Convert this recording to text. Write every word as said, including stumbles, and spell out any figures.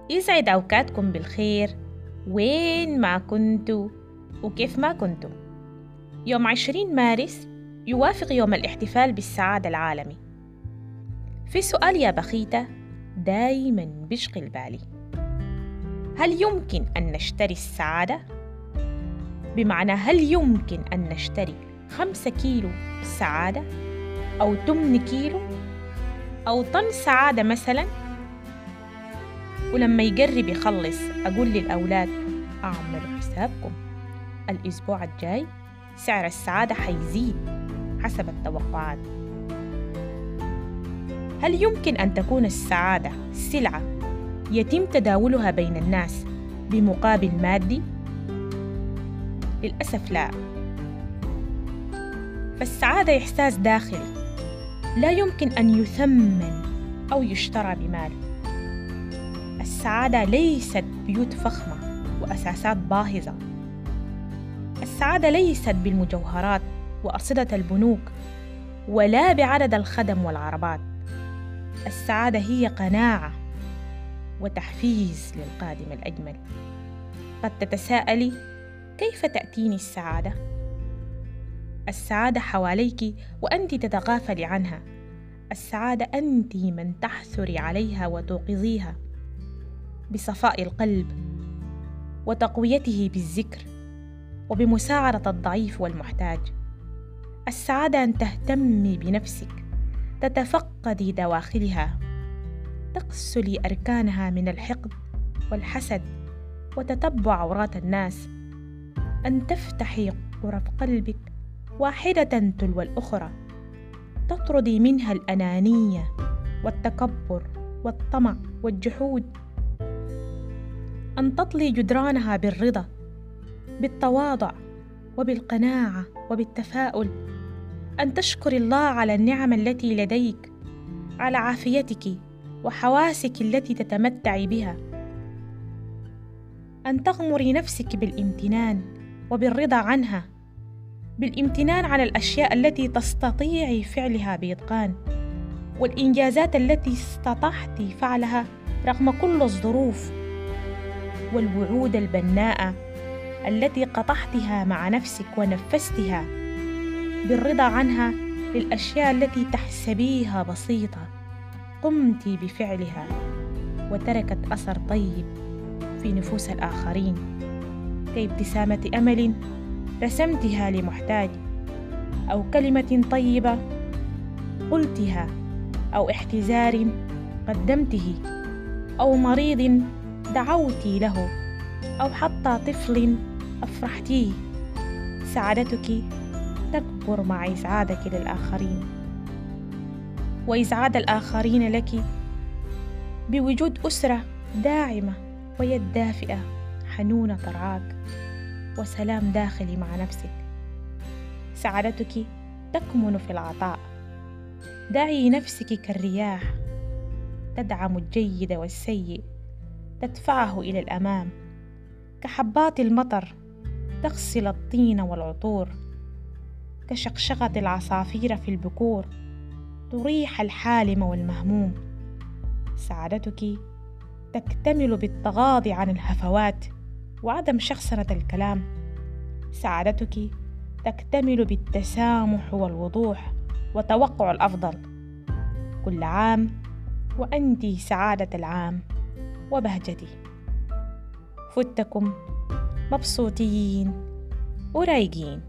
يسعد أوقاتكم بالخير وين ما كنتوا وكيف ما كنتوا. يوم عشرين مارس يوافق يوم الاحتفال بالسعادة العالمي. في سؤال يا بخيتة دايماً بيشغل بالي، هل يمكن أن نشتري السعادة؟ بمعنى هل يمكن أن نشتري خمسة كيلو سعادة أو تمن كيلو أو طن سعادة مثلاً؟ ولما يقرب يخلص أقول للأولاد أعملوا حسابكم، الأسبوع الجاي سعر السعادة حيزيد حسب التوقعات. هل يمكن أن تكون السعادة سلعة يتم تداولها بين الناس بمقابل مادي؟ للأسف لا. فالسعادة إحساس داخلي لا يمكن أن يثمن أو يشترى بمال. السعادة ليست بيوت فخمة وأساسات باهظة. السعادة ليست بالمجوهرات وأرصدة البنوك ولا بعدد الخدم والعربات. السعادة هي قناعة وتحفيز للقادم الأجمل. قد تتساءلي كيف تأتيني السعادة؟ السعادة حواليك وأنت تتغافلي عنها. السعادة أنت من تحثري عليها وتوقظيها بصفاء القلب وتقويته بالذكر وبمساعدة الضعيف والمحتاج. السعادة أن تهتمي بنفسك، تتفقدي دواخلها، تغسلي أركانها من الحقد والحسد وتتبع عورات الناس، أن تفتحي غرف قلبك واحدة تلو الأخرى، تطردي منها الأنانية والتكبر والطمع والجحود، أن تطلي جدرانها بالرضا بالتواضع وبالقناعة وبالتفاؤل، أن تشكر الله على النعم التي لديك، على عافيتك وحواسك التي تتمتعي بها، أن تغمري نفسك بالامتنان وبالرضا عنها، بالامتنان على الأشياء التي تستطيعي فعلها بإتقان والإنجازات التي استطعت فعلها رغم كل الظروف والوعود البناءة التي قطعتها مع نفسك ونفذتها، بالرضا عنها للأشياء التي تحسبيها بسيطة قمت بفعلها وتركت أثر طيب في نفوس الآخرين، كابتسامة أمل رسمتها لمحتاج، أو كلمة طيبة قلتها، أو احتزار قدمته، أو مريض دعوتي له، أو حتى طفل أفرحتيه. سعادتك تكبر مع إسعادك للآخرين، وإسعاد الآخرين لك بوجود أسرة داعمة ويد دافئة حنونة ترعاك وسلام داخلي مع نفسك. سعادتك تكمن في العطاء. دعي نفسك كالرياح تدعم الجيد والسيء، تدفعه إلى الأمام، كحبات المطر تغسل الطين والعطور، كشقشقة العصافير في البكور تريح الحالم والمهموم. سعادتك تكتمل بالتغاضي عن الهفوات وعدم شخصنة الكلام. سعادتك تكتمل بالتسامح والوضوح وتوقع الأفضل. كل عام وأنت سعادة العام وبهجتي. فتكم مبسوطين ورايقين.